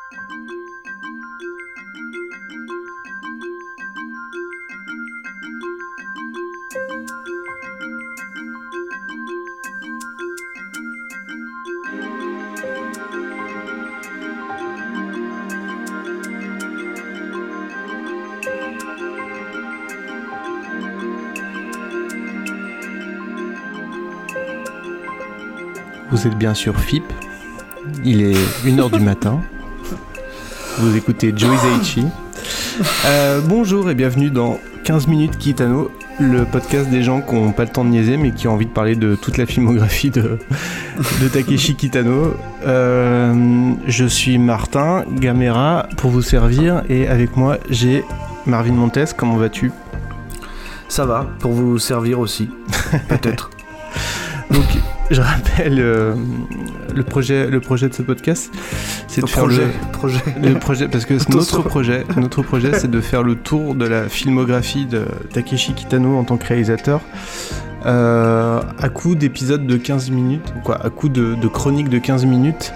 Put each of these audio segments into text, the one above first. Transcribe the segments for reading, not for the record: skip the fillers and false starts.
Vous êtes bien sur FIP, il est 1h du matin, vous écoutez Joey Zaichi. Bonjour et bienvenue dans 15 minutes Kitano, le podcast des gens qui n'ont pas le temps de niaiser mais qui ont envie de parler de toute la filmographie de Takeshi Kitano. Je suis Martin Gamera pour vous servir et avec moi j'ai Marvin Montes, comment vas-tu ? Ça va, pour vous servir aussi, peut-être. Donc, je rappelle le projet de ce podcast, c'est de faire le projet parce que notre projet c'est de faire le tour de la filmographie de Takeshi Kitano en tant que réalisateur à coup d'épisodes de 15 minutes, à coup de chroniques de 15 minutes.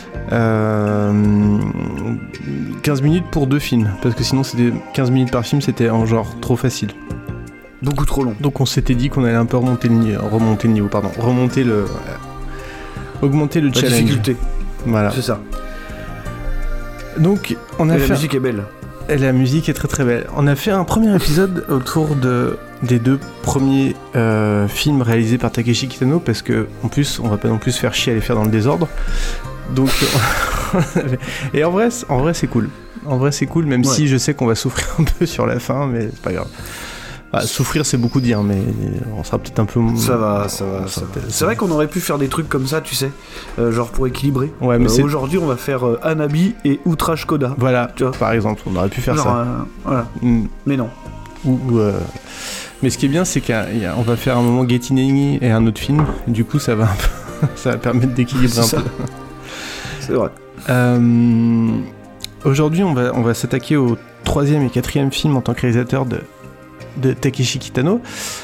15 minutes pour 2 films, parce que sinon c'était 15 minutes par film, c'était en genre trop facile. Beaucoup trop long. Donc on s'était dit qu'on allait un peu augmenter le challenge. La difficulté. Voilà. C'est ça. Donc on a la musique est belle. Et la musique est très très belle. On a fait un premier épisode autour des 2 premiers films réalisés par Takeshi Kitano, parce que en plus on va pas non plus se faire chier à les faire dans le désordre. Donc et en vrai c'est cool. En vrai c'est cool, même si je sais qu'on va souffrir un peu sur la fin, mais c'est pas grave. Souffrir c'est beaucoup dire, mais on sera peut-être un peu... Ça va. C'est vrai qu'on aurait pu faire des trucs comme ça, tu sais, genre pour équilibrer. Ouais, mais aujourd'hui on va faire Hanabi et Outrage Koda. Voilà, tu vois, par exemple, on aurait pu faire ça. Voilà. Mais non. Mais ce qui est bien, c'est qu'on va faire un moment Getineni et un autre film, et du coup ça va permettre d'équilibrer un peu. C'est vrai. Aujourd'hui on va s'attaquer au 3e et 4e film en tant que réalisateur de Takeshi Kitano,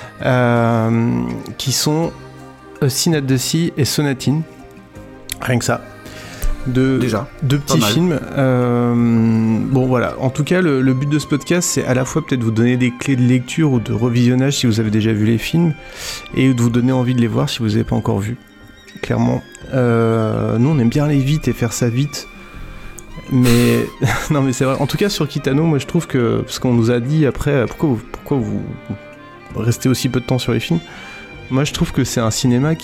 qui sont Sin at the Sea et Sonatine. Rien que ça. Deux petits films. Bon voilà, en tout cas le but de ce podcast c'est à la fois peut-être vous donner des clés de lecture ou de revisionnage si vous avez déjà vu les films, et de vous donner envie de les voir si vous n'avez pas encore vu. Clairement. Nous on aime bien aller vite et faire ça vite. Mais non, mais c'est vrai. En tout cas sur Kitano, moi je trouve que, parce qu'on nous a dit après pourquoi vous restez aussi peu de temps sur les films, moi je trouve que c'est un cinéma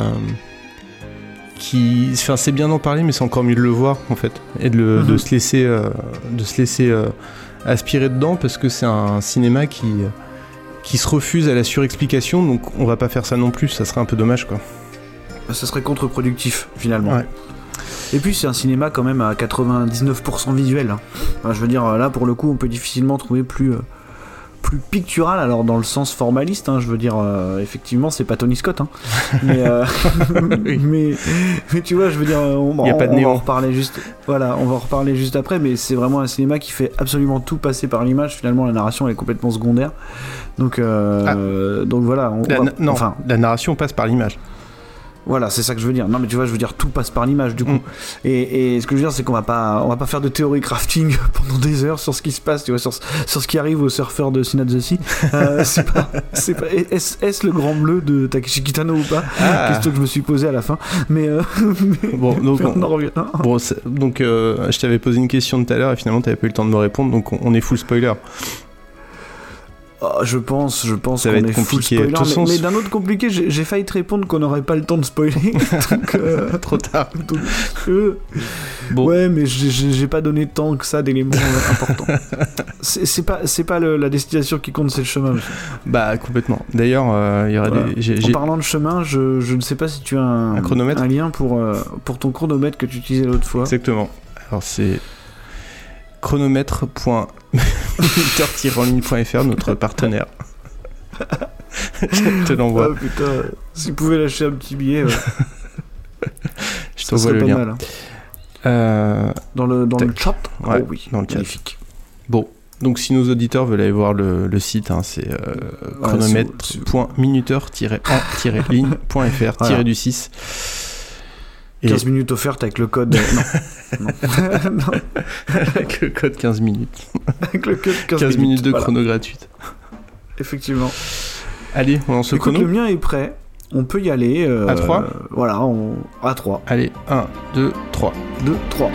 enfin c'est bien d'en parler, mais c'est encore mieux de le voir en fait, et de se laisser aspirer dedans, parce que c'est un cinéma qui se refuse à la surexplication, donc on va pas faire ça non plus, ça serait un peu dommage quoi. Ça serait contre-productif finalement. Ouais. Et puis c'est un cinéma quand même à 99% visuel. Enfin, je veux dire, là pour le coup on peut difficilement trouver plus pictural, alors dans le sens formaliste, je veux dire, effectivement c'est pas Tony Scott, mais, mais tu vois, je veux dire, on va en reparler juste après, mais c'est vraiment un cinéma qui fait absolument tout passer par l'image, finalement la narration elle est complètement secondaire, donc voilà. La narration passe par l'image. Voilà, c'est ça que je veux dire. Non, mais tu vois, je veux dire, tout passe par l'image, du coup. Et ce que je veux dire, c'est qu'on va pas faire de théorie crafting pendant des heures sur ce qui se passe, tu vois, sur ce qui arrive aux surfeurs de Sin at the Sea. Est-ce le grand bleu de Takeshi Kitano ou pas ? Question que je me suis posée à la fin. Mais bon, donc on en revient. Donc, je t'avais posé une question tout à l'heure et finalement, t'avais pas eu le temps de me répondre, donc on est full spoiler. Je pense ça qu'on va être est compliqué. Full spoiler, mais d'un autre compliqué, j'ai failli te répondre qu'on n'aurait pas le temps de spoiler. Donc, trop tard. Bon. Ouais, mais j'ai pas donné tant que ça d'éléments importants. C'est pas la destination qui compte, c'est le chemin. Bah complètement. D'ailleurs, il y aura En parlant de chemin, je ne sais pas si tu as un chronomètre, un lien pour ton chronomètre que tu utilisais l'autre fois. Exactement. Alors c'est chronomètre.minuteur-enligne.fr, notre partenaire. Je te l'envoie. Oh putain, si vous pouvez lâcher un petit billet, je t'envoie le lien. Mal, dans le chat. Ouais, oh oui, dans le chat. Magnifique. Bon, donc si nos auditeurs veulent aller voir le site, c'est chronomètre.minuteur-en-ligne.fr-du6. 15 minutes offertes avec le code. Non. Avec le code 15 minutes. Avec le code 15 minutes de chrono gratuite. Effectivement. Allez, on lance le chrono. Le mien est prêt. On peut y aller. À 3 Voilà, à 3. Allez, 1, 2, 3. 2, 3.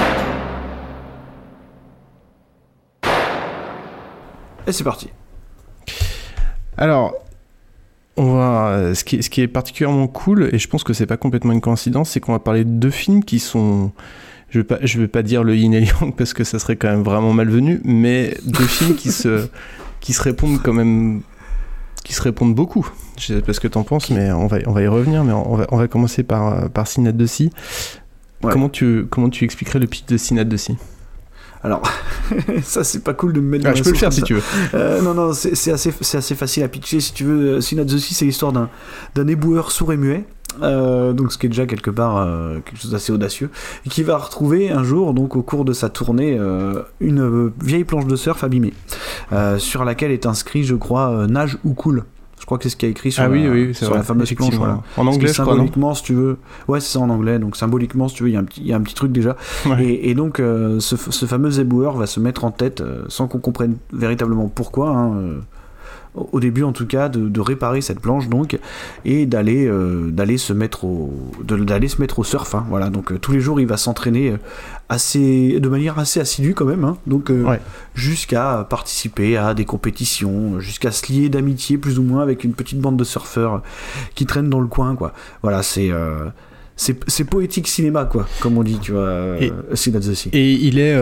Et c'est parti. Alors, ce qui est particulièrement cool, et je pense que c'est pas complètement une coïncidence, c'est qu'on va parler de 2 films qui sont... Je vais pas dire le yin et le yang parce que ça serait quand même vraiment malvenu, mais 2 films qui se répondent quand même... qui se répondent beaucoup. Je sais pas ce que t'en penses, mais on va y revenir, mais on va commencer par Synapse de Sea. Ouais. Comment tu expliquerais le pitch de Synapse de Sea ? Alors, ça c'est pas cool de me mettre dans la je peux le faire si tu veux. Non, c'est assez facile à pitcher si tu veux. Synapse de Sea, c'est l'histoire d'un éboueur sourd et muet. Donc ce qui est déjà quelque part quelque chose d'assez audacieux, et qui va retrouver un jour, donc au cours de sa tournée, une vieille planche de surf abîmée, sur laquelle est inscrit, je crois, nage ou coule. Je crois que c'est ce qu'il y a écrit sur, la fameuse planche. Voilà. En anglais, je crois, symboliquement, si tu veux. Ouais, c'est ça en anglais. Donc symboliquement, si tu veux, il y a un petit truc déjà. Ouais. Et donc, ce fameux éboueur va se mettre en tête, sans qu'on comprenne véritablement pourquoi, au début en tout cas, de réparer cette planche donc, et d'aller se mettre au surf. Voilà. Donc tous les jours, il va s'entraîner de manière assez assidue quand même. Donc jusqu'à participer à des compétitions, jusqu'à se lier d'amitié plus ou moins avec une petite bande de surfeurs qui traînent dans le coin, quoi. Voilà, c'est poétique cinéma, quoi, comme on dit, tu vois. Synapse de Sea. Et il est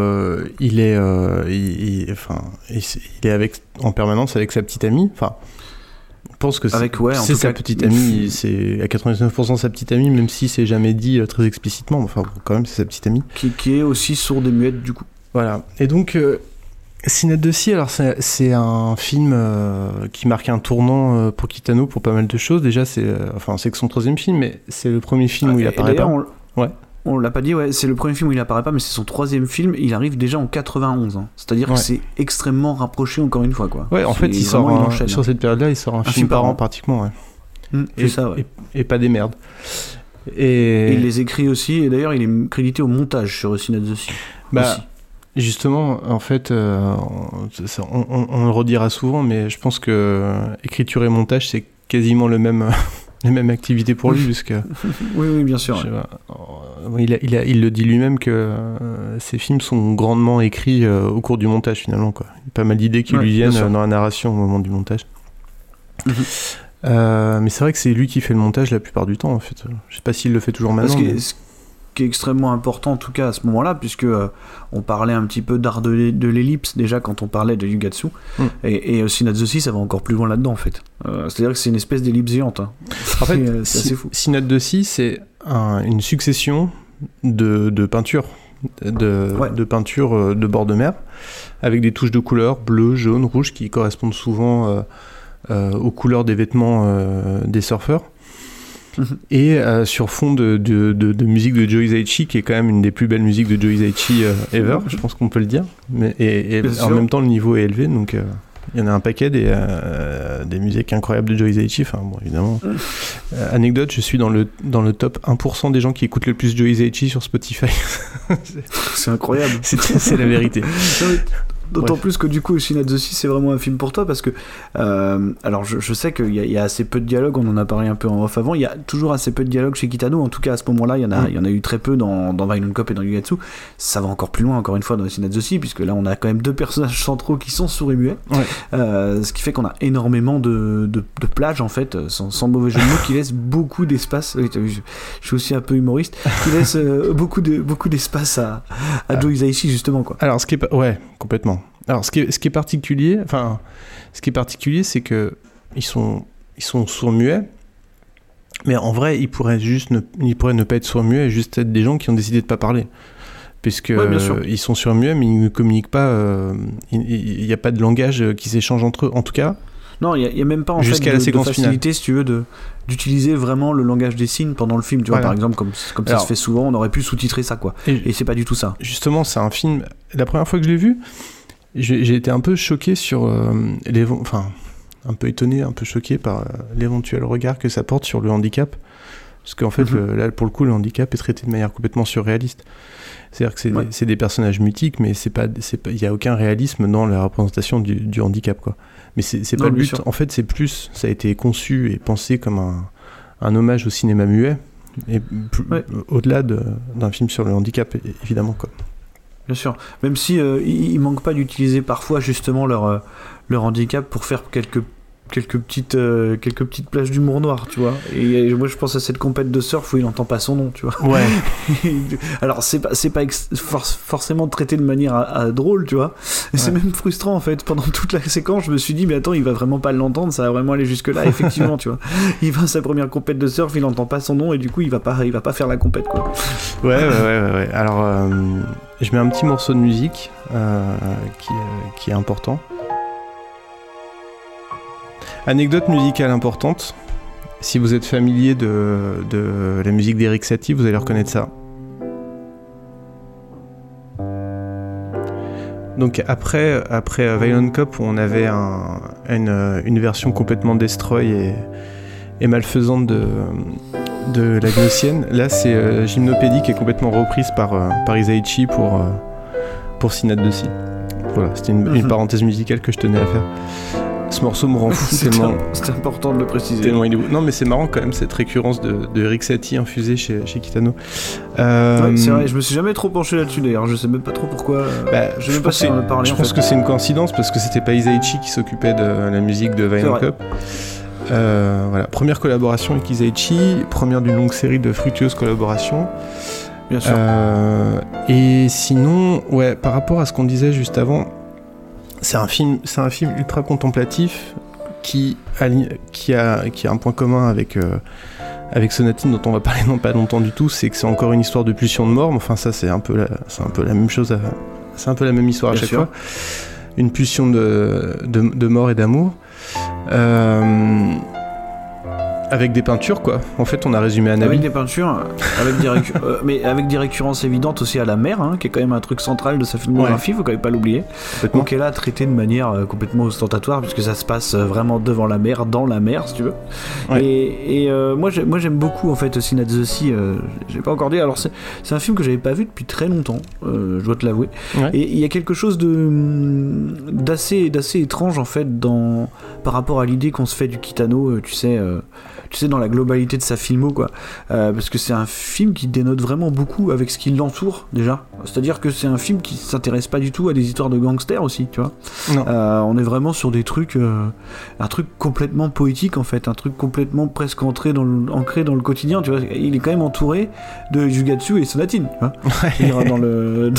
en permanence avec sa petite amie. Enfin, je pense que c'est sa petite amie. C'est à 99% sa petite amie, même si c'est jamais dit très explicitement. Enfin, quand même, c'est sa petite amie. Qui est aussi sourde et muette, du coup. Voilà. Et donc, Synapse de Sea, alors c'est un film qui marque un tournant pour Kitano pour pas mal de choses. Déjà, c'est que son 3e film, mais c'est le premier film où il apparaît pas. On l'a pas dit, c'est le premier film où il apparaît pas, mais c'est son 3e film. Il arrive déjà en 91, c'est-à-dire que c'est extrêmement rapproché encore une fois, quoi. Ouais, en fait, il sort sur cette période-là, il sort un film par an pratiquement, ouais. C'est ça, ouais. Et pas des merdes. Et il les écrit aussi, et d'ailleurs, il est crédité au montage sur Synapse de Sea. Aussi. Justement, en fait, on le redira souvent, mais je pense que écriture et montage, c'est quasiment les mêmes activités pour lui, puisque... oui, bien sûr. Il le dit lui-même que ses films sont grandement écrits au cours du montage, finalement, quoi. Il y a pas mal d'idées qui lui viennent dans la narration au moment du montage. Mais c'est vrai que c'est lui qui fait le montage la plupart du temps, en fait. Je sais pas s'il le fait toujours maintenant. Ce qui est extrêmement important, en tout cas à ce moment-là, puisque on parlait un petit peu d'art de l'ellipse déjà quand on parlait de Yugatsu, et Synapse de Sea, ça va encore plus loin là-dedans, en fait. C'est-à-dire que c'est une espèce d'ellipse géante. En fait, c'est assez fou. Synapse de Sea, c'est une succession de peintures. De peintures de bord de mer, avec des touches de couleurs bleu, jaune, rouge, qui correspondent souvent aux couleurs des vêtements des surfeurs. Et sur fond de musique de Joe Hisaishi, qui est quand même une des plus belles musiques de Joe Hisaishi ever, je pense qu'on peut le dire. Et en même temps, le niveau est élevé, donc il y en a un paquet des musiques incroyables de Joe Hisaishi. Enfin, bon, évidemment. Anecdote, je suis dans le top 1% des gens qui écoutent le plus Joe Hisaishi sur Spotify. C'est incroyable. C'est la vérité. D'autant plus que du coup, Synapse de Sea, c'est vraiment un film pour toi, parce que alors je sais qu'il y a assez peu de dialogue, on en a parlé un peu en off avant, il y a toujours assez peu de dialogue chez Kitano, en tout cas à ce moment-là il y en a eu très peu dans Violent Cop et dans Yugatsu. Ça va encore plus loin, encore une fois, dans Synapse de Sea, puisque là on a quand même 2 personnages centraux qui sont sourds et muets, ce qui fait qu'on a énormément de plages, en fait, sans mauvais jeu de mots, qui laissent beaucoup d'espace. Oui, t'as vu, je suis aussi un peu humoriste, qui laisse beaucoup d'espace à Joe Hisaishi, justement, quoi. Alors complètement. Alors, ce qui est particulier, c'est que ils sont sourds-muets, mais en vrai, ils pourraient ne pas être sourds-muets et juste être des gens qui ont décidé de pas parler, puisque ils sont sourds-muets, mais ils ne communiquent pas. Il n'y a pas de langage qui s'échange entre eux, en tout cas. Non, il n'y a même pas en jusqu'à fait la séquence facilité, si tu veux, d'utiliser vraiment le langage des signes pendant le film. Tu vois, par exemple, comme ça se fait souvent, on aurait pu sous-titrer ça, quoi. Et c'est pas du tout ça. Justement, c'est un film. La première fois que je l'ai vu, j'ai été un peu choqué sur un peu étonné, un peu choqué par l'éventuel regard que ça porte sur le handicap, Parce qu'en fait, là, pour le coup, le handicap est traité de manière complètement surréaliste. C'est-à-dire que c'est des personnages mythiques, mais il n'y a aucun réalisme dans la représentation du handicap, quoi. Mais c'est pas le but. Sûr. En fait, ça a été conçu et pensé comme un hommage au cinéma muet, et au-delà d'un film sur le handicap, évidemment, quoi. Bien sûr. Même si ils manquent pas d'utiliser parfois justement leur handicap pour faire quelques petites plages d'humour noir, tu vois. Et moi je pense à cette compète de surf où il n'entend pas son nom, tu vois. Ouais. Alors c'est pas forcément traité de manière drôle, tu vois. Et c'est même frustrant en fait. Pendant toute la séquence, je me suis dit mais attends, il va vraiment pas l'entendre, ça va vraiment aller jusque là. Effectivement, tu vois. Il va à sa première compète de surf, il n'entend pas son nom et du coup il va pas faire la compète, quoi. Ouais. Alors je mets un petit morceau de musique qui est important. Anecdote musicale importante, si vous êtes familier de la musique d'Eric Satie, vous allez reconnaître ça. Donc après Violent Cop, où on avait une version complètement destroy et malfaisante de la gaussienne, là c'est Gymnopédie qui est complètement reprise par Isaichi pour Synapse de Sea. Voilà, c'était une parenthèse musicale que je tenais à faire. Ce morceau me rend fou tellement. C'est important de le préciser. Tellement il est beau. Non, mais c'est marrant quand même cette récurrence de Eric Satie infusée chez Kitano. Ouais, c'est vrai, je me suis jamais trop penché là-dessus d'ailleurs, je sais même pas trop pourquoi. Je sais pas si on en a parlé. Je pense que c'est une coïncidence parce que c'était pas Isaichi qui s'occupait de la musique de Violent Cop. Voilà, première collaboration avec Isaichi, première d'une longue série de fructueuses collaborations. Bien sûr. Et sinon, par rapport à ce qu'on disait juste avant. C'est un film ultra contemplatif qui a un point commun avec Sonatine dont on va parler dans pas longtemps du tout, c'est que c'est encore une histoire de pulsion de mort, mais enfin ça c'est un peu la même chose, c'est un peu la même histoire à chaque fois. Une pulsion de mort et d'amour. Avec des peintures, quoi. En fait, on a résumé Anabi. Avec des peintures, mais avec des récurrences évidentes aussi à la mer, hein, qui est quand même un truc central de sa filmographie, faut quand même pas l'oublier. Donc elle a traité de manière complètement ostentatoire, puisque ça se passe vraiment devant la mer, dans la mer, si tu veux. Ouais. Et moi j'aime beaucoup, en fait, Synapse de Sea, j'ai pas encore dit, alors c'est un film que j'avais pas vu depuis très longtemps, je dois te l'avouer. Ouais. Et il y a quelque chose d'assez étrange, en fait, par rapport à l'idée qu'on se fait du Kitano, tu sais, dans la globalité de sa filmo, quoi. Parce que c'est un film qui dénote vraiment beaucoup avec ce qui l'entoure, déjà. C'est-à-dire que c'est un film qui s'intéresse pas du tout à des histoires de gangsters aussi, tu vois. Non. On est vraiment sur des trucs... un truc complètement poétique, en fait. Un truc complètement presque ancré dans le quotidien, tu vois. Il est quand même entouré de Jugatsu et Sonatine, tu vois. Ouais. Dans le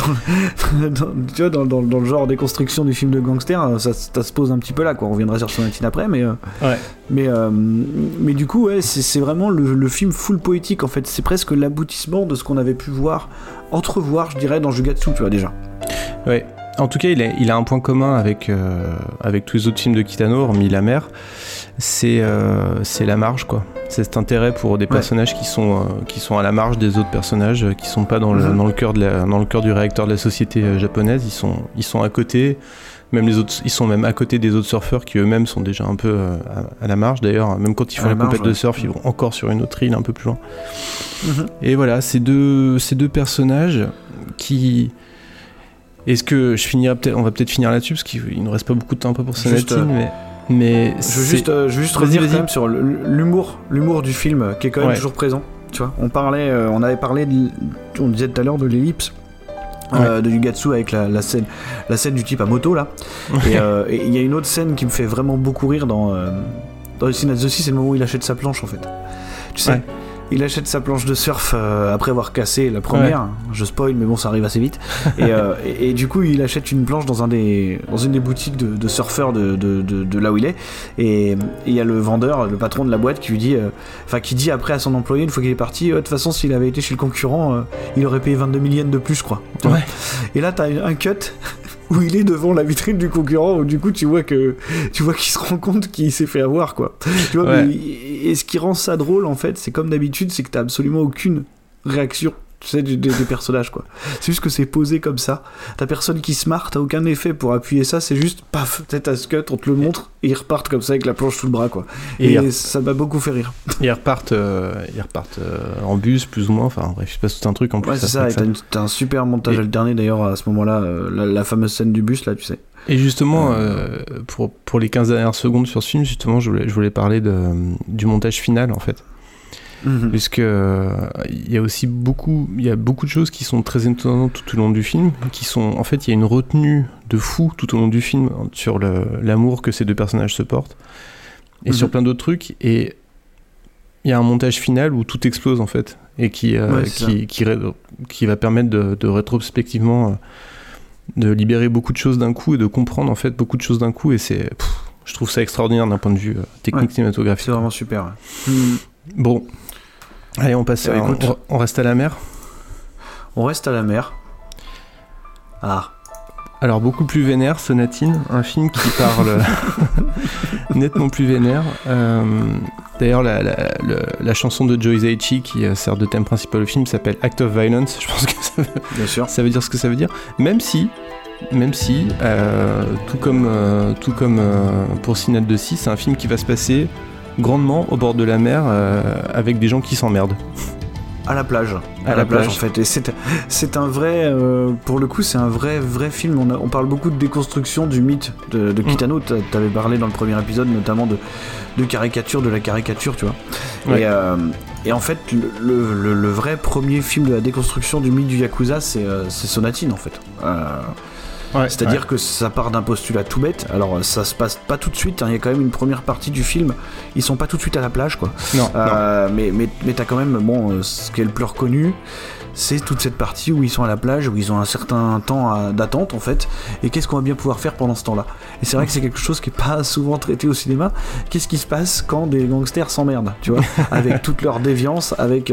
genre des constructions du film de gangsters, ça se pose un petit peu là, quoi. On reviendra sur Sonatine après, mais... Mais du coup, ouais, c'est vraiment le film full poétique, en fait. C'est presque l'aboutissement de ce qu'on avait pu entrevoir, je dirais, dans Jugatsu, tu vois, déjà. Ouais. En tout cas, il a un point commun avec tous les autres films de Kitano, hormis La Mer. C'est la marge, quoi. C'est cet intérêt pour des personnages qui sont à la marge des autres personnages, qui sont pas dans le cœur du réacteur de la société japonaise. Ils sont à côté. Même les autres, ils sont même à côté des autres surfeurs qui eux-mêmes sont déjà un peu à la marge. D'ailleurs, même quand ils font la compète de surf, ils vont encore sur une autre île un peu plus loin. Et voilà, ces deux personnages qui... Est-ce que on va peut-être finir là-dessus parce qu'il nous reste pas beaucoup de temps pour Sonatine, mais je veux juste revenir quand même sur l'humour du film qui est quand même toujours présent. Tu vois, on avait parlé, on disait tout à l'heure de l'ellipse. De Jugatsu avec la scène du type à moto là. Et il y a une autre scène qui me fait vraiment beaucoup rire dans Synapse de Sea, c'est le moment où il achète sa planche, en fait. Tu sais, il achète sa planche de surf après avoir cassé la première. Je spoil, mais bon, ça arrive assez vite. Et du coup, il achète une planche dans une des boutiques de surfeurs de là où il est. Et il y a le vendeur, le patron de la boîte, qui lui dit, qui dit après à son employé, une fois qu'il est parti, de toute façon, s'il avait été chez le concurrent, il aurait payé 22 000 yens de plus, je crois. Ouais. Et là, t'as un cut où il est devant la vitrine du concurrent, où du coup tu vois qu'il se rend compte qu'il s'est fait avoir, quoi. Tu vois, et ce qui rend ça drôle, en fait, c'est comme d'habitude, c'est que t'as absolument aucune réaction tu sais, des personnages, quoi. C'est juste que c'est posé comme ça. T'as personne qui se marre, t'as aucun effet pour appuyer ça, c'est juste, paf, tête à ce cut, on te le montre, et ils repartent comme ça avec la planche sous le bras, quoi. Et ça m'a beaucoup fait rire. Ils repartent en bus, plus ou moins, enfin bref, il se passe tout un truc en plus. Ouais, c'est ça, et t'as un super montage alterné d'ailleurs à ce moment-là, la fameuse scène du bus, là, tu sais. Et justement, pour les 15 dernières secondes sur ce film, justement, je voulais parler du montage final, en fait. Puisque il y a aussi beaucoup de choses qui sont très étonnantes tout au long du film, qui sont, en fait, il y a une retenue de fou tout au long du film sur l'amour que ces deux personnages se portent, et sur plein d'autres trucs, et il y a un montage final où tout explose, en fait, et qui va permettre de rétrospectivement de libérer beaucoup de choses d'un coup et de comprendre, en fait, beaucoup de choses d'un coup, et je trouve ça extraordinaire d'un point de vue technique cinématographique. C'est vraiment super. Bon, allez, on passe. On reste à la mer. On reste à la mer. Alors, beaucoup plus vénère, Sonatine, un film qui parle nettement plus vénère. D'ailleurs, la chanson de Joe Hisaishi qui sert de thème principal au film s'appelle Act of Violence. Je pense que ça veut dire ce que ça veut dire. Même si, tout comme pour Synecdoche de 6, c'est un film qui va se passer grandement au bord de la mer avec des gens qui s'emmerdent. À la plage. À la plage en fait. Et c'est un vrai, pour le coup, c'est un vrai film. On parle beaucoup de déconstruction du mythe de Kitano. T'avais parlé dans le premier épisode notamment de caricature, de la caricature, tu vois. Ouais. Et en fait, le vrai premier film de la déconstruction du mythe du Yakuza, c'est Sonatine en fait. C'est-à-dire que ça part d'un postulat tout bête. Alors ça se passe pas tout de suite, il y a quand même une première partie du film, ils sont pas tout de suite à la plage, quoi. Non. Mais t'as quand même, ce qui est le plus reconnu, c'est toute cette partie où ils sont à la plage, où ils ont un certain temps d'attente en fait, et qu'est-ce qu'on va bien pouvoir faire pendant ce temps-là. Et c'est vrai que c'est quelque chose qui est pas souvent traité au cinéma. Qu'est-ce qui se passe quand des gangsters s'emmerdent, tu vois, avec toute leur déviance, avec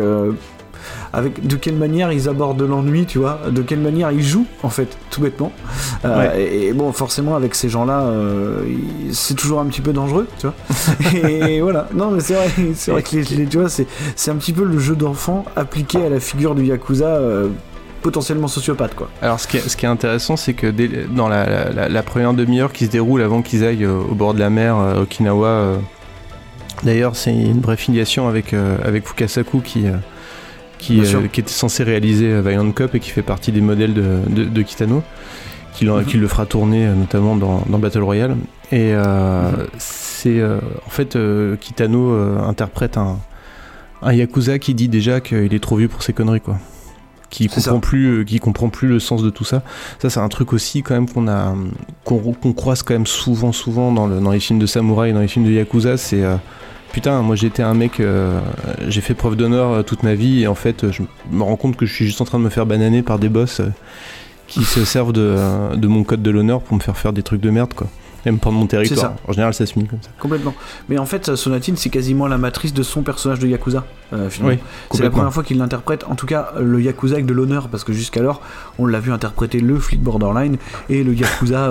de quelle manière ils abordent l'ennui, tu vois, de quelle manière ils jouent en fait, tout bêtement. Et bon, forcément avec ces gens-là, c'est toujours un petit peu dangereux, tu vois. Et voilà. Non, mais c'est vrai que tu vois, c'est un petit peu le jeu d'enfant appliqué à la figure du Yakuza. Potentiellement sociopathe, quoi. Alors ce qui est intéressant, c'est que dans la première demi-heure qui se déroule avant qu'ils aillent au bord de la mer, Okinawa, d'ailleurs c'est une vraie filiation avec Fukasaku qui était censé réaliser Violent Cop et qui fait partie des modèles de Kitano, qui le fera tourner notamment dans Battle Royale. Et c'est en fait Kitano interprète un Yakuza qui dit déjà qu'il est trop vieux pour ses conneries, quoi. Qui comprend plus le sens de tout ça. Ça, c'est un truc aussi quand même qu'on croise quand même souvent dans les films de samouraï, dans les films de Yakuza. C'est putain, moi j'étais un mec, j'ai fait preuve d'honneur toute ma vie, et en fait je me rends compte que je suis juste en train de me faire bananer par des boss qui se servent de mon code de l'honneur pour me faire des trucs de merde, quoi. Même prendre mon territoire. En général, ça se finit comme ça. Complètement. Mais en fait, Sonatine, c'est quasiment la matrice de son personnage de Yakuza, finalement. Oui, c'est la première fois qu'il l'interprète, en tout cas le Yakuza avec de l'honneur, parce que jusqu'alors, on l'a vu interpréter le flic borderline et le Yakuza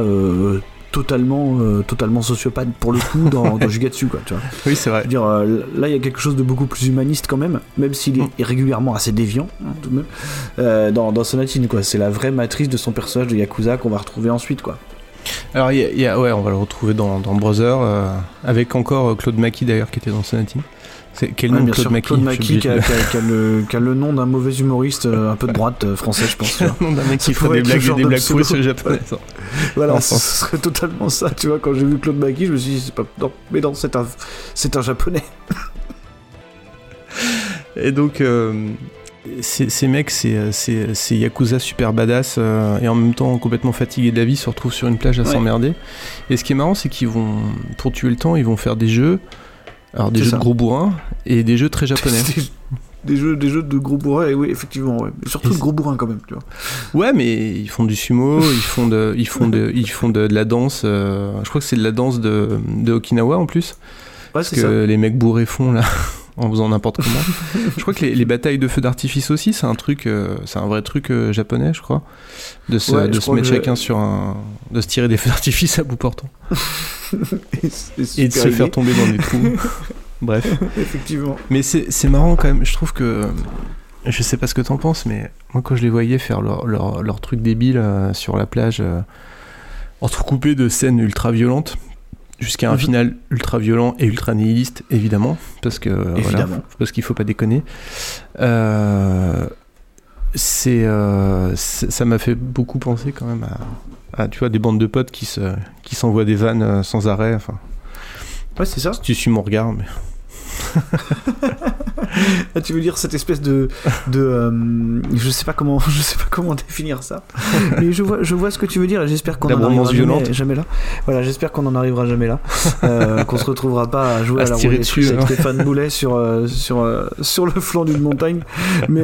totalement sociopathe pour le coup dans Jugatsu, quoi, tu vois. Oui, c'est vrai. Je veux dire, là il y a quelque chose de beaucoup plus humaniste quand même s'il est régulièrement assez déviant, tout de même, dans Sonatine, quoi. C'est la vraie matrice de son personnage de Yakuza qu'on va retrouver ensuite, quoi. Alors on va le retrouver dans Brother, avec encore Claude Maki d'ailleurs qui était dans Sonatine. Quel nom, Claude Maki? Claude Maki qui a le nom d'un mauvais humoriste un peu de droite français, je pense. Le nom d'un mec qui ferait des blagues pourries sur le japonais. Voilà, ce serait totalement ça, tu vois. Quand j'ai vu Claude Maki, je me suis dit, c'est un japonais. Et donc ces mecs, c'est Yakuza super badass et en même temps complètement fatigués de la vie, se retrouvent sur une plage à s'emmerder. Et ce qui est marrant, c'est qu'ils vont, pour tuer le temps, ils vont faire des jeux. Alors jeux de gros bourrins et des jeux très japonais. des jeux de gros bourrins, et oui, effectivement, ouais. Surtout de gros bourrins quand même, tu vois. Ouais, mais ils font du sumo, ils font de la danse. Je crois que c'est de la danse de Okinawa en plus. Ouais, c'est ça. Les mecs bourrés font là, en faisant n'importe comment. Je crois que les batailles de feux d'artifice aussi, c'est un truc, c'est un vrai truc japonais, je crois, de se mettre chacun de se tirer des feux d'artifice à bout portant. Et de se faire tomber dans des trous. Bref. Effectivement. Mais c'est marrant quand même, je trouve que je sais pas ce que t'en penses, mais moi quand je les voyais faire leur truc débile sur la plage, entrecoupé de scènes ultra violentes, jusqu'à un final ultra violent et ultra nihiliste, évidemment, parce que voilà, parce qu'il faut pas déconner. Ça m'a fait beaucoup penser quand même à tu vois, des bandes de potes qui s'envoient des vannes sans arrêt. Enfin, ouais, c'est ça. Tu suis mon regard, mais. Tu veux dire cette espèce de je sais pas comment définir ça, mais je vois ce que tu veux dire, et j'espère qu'on en arrivera jamais là. Voilà, j'espère qu'on en arrivera jamais là, qu'on se retrouvera pas à jouer à la roulette russe avec Stéphane Boulet sur le flanc d'une montagne, mais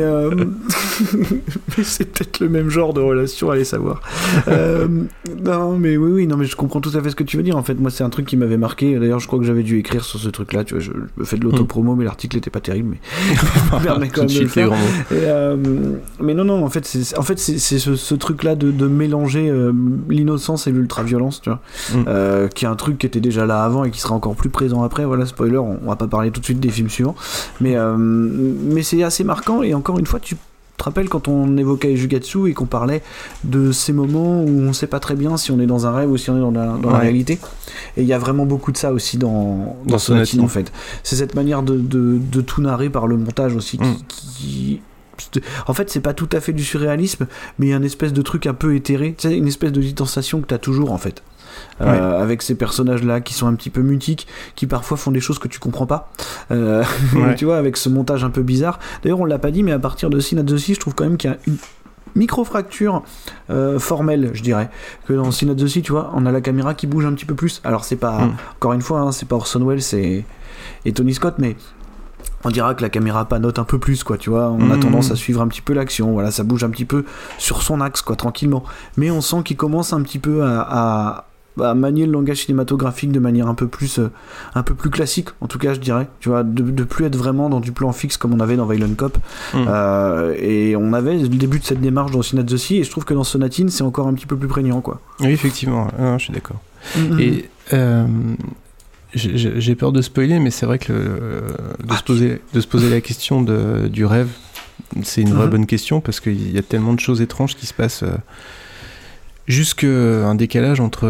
c'est peut-être le même genre de relation, allez savoir. Non mais oui, non mais je comprends tout à fait ce que tu veux dire. En fait, moi c'est un truc qui m'avait marqué. D'ailleurs, je crois que j'avais dû écrire sur ce truc-là. Tu vois, je me fais de l'autopromo, mais l'article était pas terrible, mais je me permets quand même de le faire. Mais non, en fait c'est ce truc-là de mélanger l'innocence et l'ultra-violence, tu vois, qui est un truc qui était déjà là avant et qui sera encore plus présent après. Voilà, spoiler, on va pas parler tout de suite des films suivants, mais c'est assez marquant. Et encore une fois, tu te rappelles quand on évoquait Jugatsu et qu'on parlait de ces moments où on sait pas très bien si on est dans un rêve ou si on est dans la réalité, et il y a vraiment beaucoup de ça aussi dans Sonatine, en fait. C'est cette manière de tout narrer par le montage aussi qui en fait, c'est pas tout à fait du surréalisme, mais il y a une espèce de truc un peu éthéré, tu sais, une espèce de distanciation que t'as toujours, en fait. Avec ces personnages-là qui sont un petit peu mutiques, qui parfois font des choses que tu comprends pas. Tu vois, avec ce montage un peu bizarre. D'ailleurs, on l'a pas dit, mais à partir de Sin at the Sea, je trouve quand même qu'il y a une micro-fracture formelle, je dirais. Que dans Sin at the Sea, tu vois, on a la caméra qui bouge un petit peu plus. Alors, c'est pas, encore une fois, c'est pas Orson Welles et Tony Scott, mais on dira que la caméra panote un peu plus, quoi, tu vois. On a tendance à suivre un petit peu l'action, voilà, ça bouge un petit peu sur son axe, quoi, tranquillement. Mais on sent qu'il commence un petit peu à manier le langage cinématographique de manière un peu plus classique, en tout cas, je dirais, tu vois, de plus être vraiment dans du plan fixe comme on avait dans Violent Cop. Et on avait le début de cette démarche dans Sin at the Sea, et je trouve que dans Sonatine, c'est encore un petit peu plus prégnant, quoi. Oui, effectivement, je suis d'accord. Et j'ai peur de spoiler, mais c'est vrai que de se poser la question du rêve, c'est une vraie bonne question, parce qu'il y a tellement de choses étranges qui se passent. Jusqu'à un décalage entre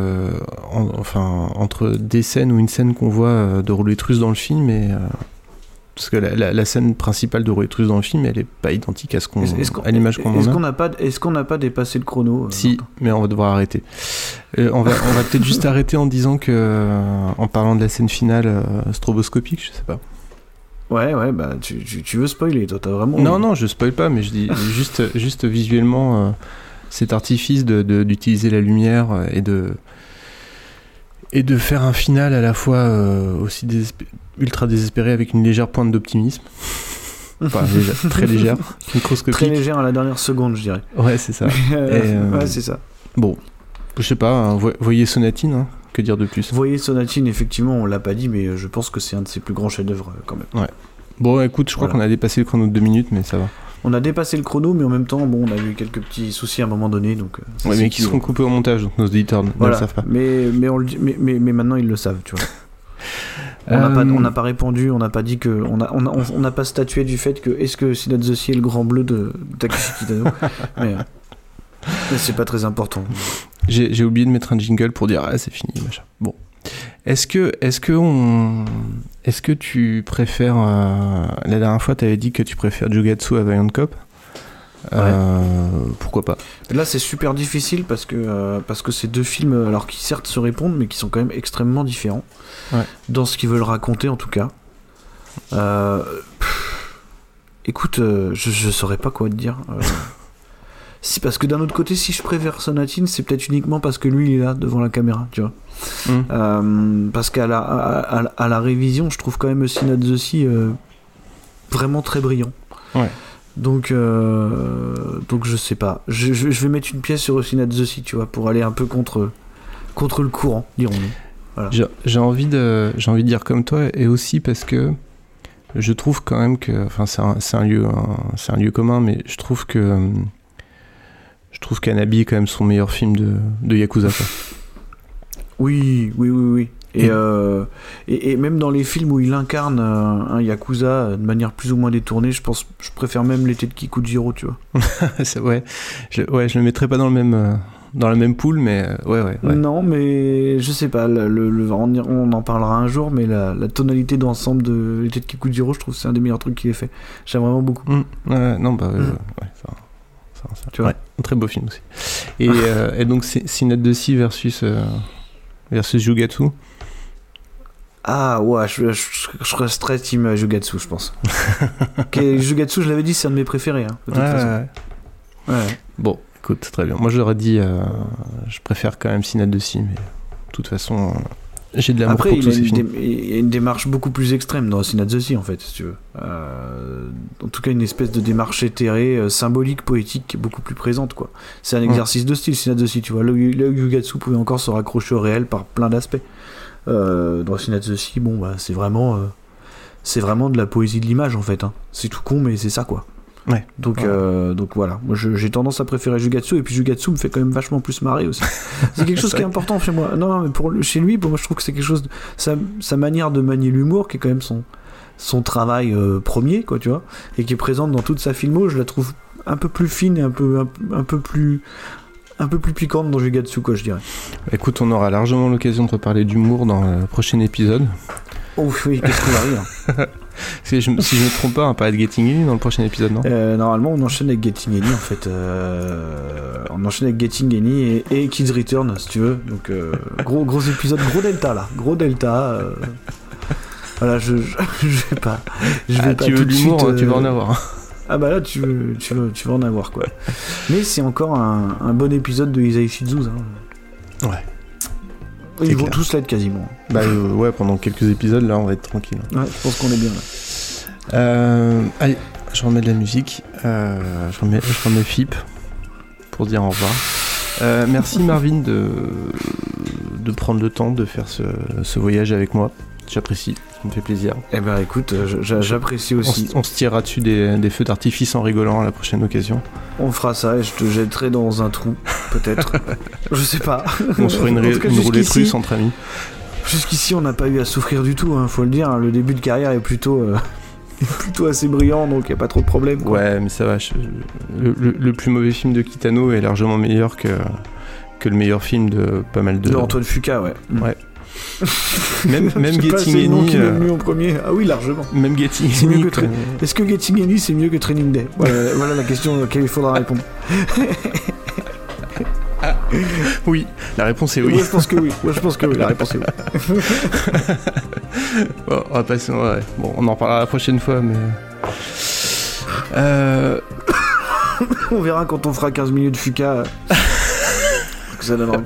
des scènes ou une scène qu'on voit de roulette russe dans le film, parce que la scène principale de roulette russe dans le film, elle est pas identique à l'image qu'on en a. Est-ce qu'on n'a pas dépassé le chrono Si, mais on va devoir arrêter. On va peut-être juste arrêter en disant que, en parlant de la scène finale stroboscopique, je sais pas. Ouais, bah tu veux spoiler, toi, t'as vraiment. Non, je spoil pas, mais je dis juste visuellement. Cet artifice d'utiliser la lumière et de faire un final à la fois aussi ultra désespéré avec une légère pointe d'optimisme. Enfin, très légère, microscopique. Très légère à la dernière seconde, je dirais. Ouais, c'est ça. Ouais, c'est ça. Bon, je sais pas, voyez Sonatine, que dire de plus. Voyez Sonatine, effectivement, on l'a pas dit, mais je pense que c'est un de ses plus grands chefs-d'œuvre quand même. Ouais. Bon, écoute, je crois qu'on a dépassé le chrono de 2 minutes, mais ça va. On a dépassé le chrono, mais en même temps, on a eu quelques petits soucis à un moment donné, donc. Ouais, mais qui seront coupés au montage, donc nos éditeurs ne le savent pas. Mais maintenant ils le savent, tu vois. On n'a pas répondu, on n'a pas dit que, on n'a pas statué du fait que est-ce que Sin at the Sea est le grand bleu de Takeshi Kitano, mais c'est pas très important. J'ai oublié de mettre un jingle pour dire c'est fini, machin. Bon. Est-ce que tu préfères la dernière fois tu avais dit que tu préfères Jugatsu à Violent Cop? Pourquoi pas? Là c'est super difficile parce que c'est deux films alors qui certes se répondent mais qui sont quand même extrêmement différents dans ce qu'ils veulent raconter en tout cas. Écoute, je saurais pas quoi te dire. Si, parce que d'un autre côté, si je préfère Sonatine, c'est peut-être uniquement parce que lui il est là devant la caméra, tu vois. Parce qu'à la révision, je trouve quand même Sin at the Sea vraiment très brillant. Ouais. Donc je sais pas. Je vais mettre une pièce sur Sin at the Sea, tu vois, pour aller un peu contre le courant, dirons-nous. Voilà. J'ai envie de dire comme toi, et aussi parce que je trouve quand même que, enfin, c'est un lieu commun, mais je trouve qu'Anabi est quand même son meilleur film de Yakuza, quoi. Oui. Et même dans les films où il incarne un Yakuza de manière plus ou moins détournée, je préfère même l'été de Kikujiro, tu vois. Ouais, je le mettrais pas dans la même poule, mais ouais. Non, mais je sais pas, on en parlera un jour, mais la tonalité d'ensemble de l'été de Kikujiro, je trouve que c'est un des meilleurs trucs qu'il ait fait. J'aime vraiment beaucoup. Tu vois, un très beau film aussi. Et donc c'est Synode de Scie versus Jugatsu. Ah ouais, je resterais team Jugatsu, je pense. Jugatsu, je l'avais dit, c'est un de mes préférés, hein, de toute façon. Ouais. Bon, écoute, très bien. Moi, je l'aurais dit, je préfère quand même Synode de Scie, mais de toute façon, j'ai de l'amour pour tous ces films. Il y a une démarche beaucoup plus extrême dans Synode de Scie, en fait, si tu veux. En tout cas, une espèce de démarche éthérée, symbolique, poétique, qui est beaucoup plus présente, quoi. C'est un exercice de style, Synode de Scie, tu vois. Là où Jugatsu pouvait encore se raccrocher au réel par plein d'aspects. Dans Synode de Scie, bon, bah, c'est vraiment de la poésie de l'image, en fait. Hein. C'est tout con, mais c'est ça, quoi. Ouais. Donc voilà, moi j'ai tendance à préférer Jugatsu, et puis Jugatsu me fait quand même vachement plus marrer aussi. C'est quelque chose qui est important chez moi. Non, mais chez lui, pour moi je trouve que c'est quelque chose sa manière de manier l'humour, qui est quand même son travail premier, quoi, tu vois, et qui est présente dans toute sa filmo, je la trouve un peu plus fine et un peu plus piquante dans Jugatsu, quoi, je dirais. Écoute, on aura largement l'occasion de reparler d'humour dans le prochain épisode. Oh oui, qu'est-ce qu'on va rire. Si je me trompe pas, on va parler de Getting Eni dans le prochain épisode, non ? Normalement, on enchaîne avec Getting Eni, en fait. On enchaîne avec Getting Eni et Kids Return, si tu veux. Donc, gros épisode, gros delta, là. Gros delta. Voilà, je vais pas. Tu veux de l'humour, tu vas en avoir. Ah bah là, tu vas en avoir, quoi. Mais c'est encore un bon épisode de Hisaishi Zuz. Hein. Ouais. Ils vont tous l'être quasiment. Bah ouais, pendant quelques épisodes, là, on va être tranquille. Ouais, je pense qu'on est bien là. Allez, je remets de la musique. Je remets FIP pour dire au revoir. Merci Marvin de prendre le temps de faire ce voyage avec moi. J'apprécie, ça me fait plaisir. Eh ben écoute, j'apprécie aussi. On se tirera dessus des feux d'artifice en rigolant à la prochaine occasion. On fera ça et je te jetterai dans un trou, peut-être. Je sais pas. On se fera une roulette russe entre amis. Jusqu'ici, on n'a pas eu à souffrir du tout, hein, faut le dire. Hein. Le début de carrière est plutôt assez brillant, donc il n'y a pas trop de problème, quoi. Ouais, mais ça va. Le plus mauvais film de Kitano est largement meilleur que le meilleur film de pas mal de... Antoine Fuqua, ouais. Ouais. Même Getting Eni mieux en premier. Ah oui, largement. Même Getting Eni. Est-ce que Getting Eni c'est mieux que Training Day? Voilà la question à laquelle il faudra répondre. Oui, la réponse est oui. Moi je pense que oui. La réponse est oui. Bon, on va passer. Ouais. Bon, on en parlera la prochaine fois, mais. On verra quand on fera 15 minutes Fuqua. Que ça donnera.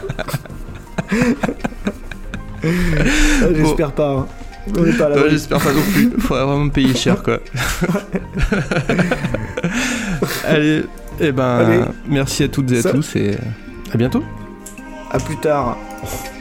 J'espère pas. Hein. On est pas là. Ouais, j'espère pas non plus. Faudrait vraiment payer cher, quoi. Allez, merci à toutes et à tous et à bientôt. À plus tard.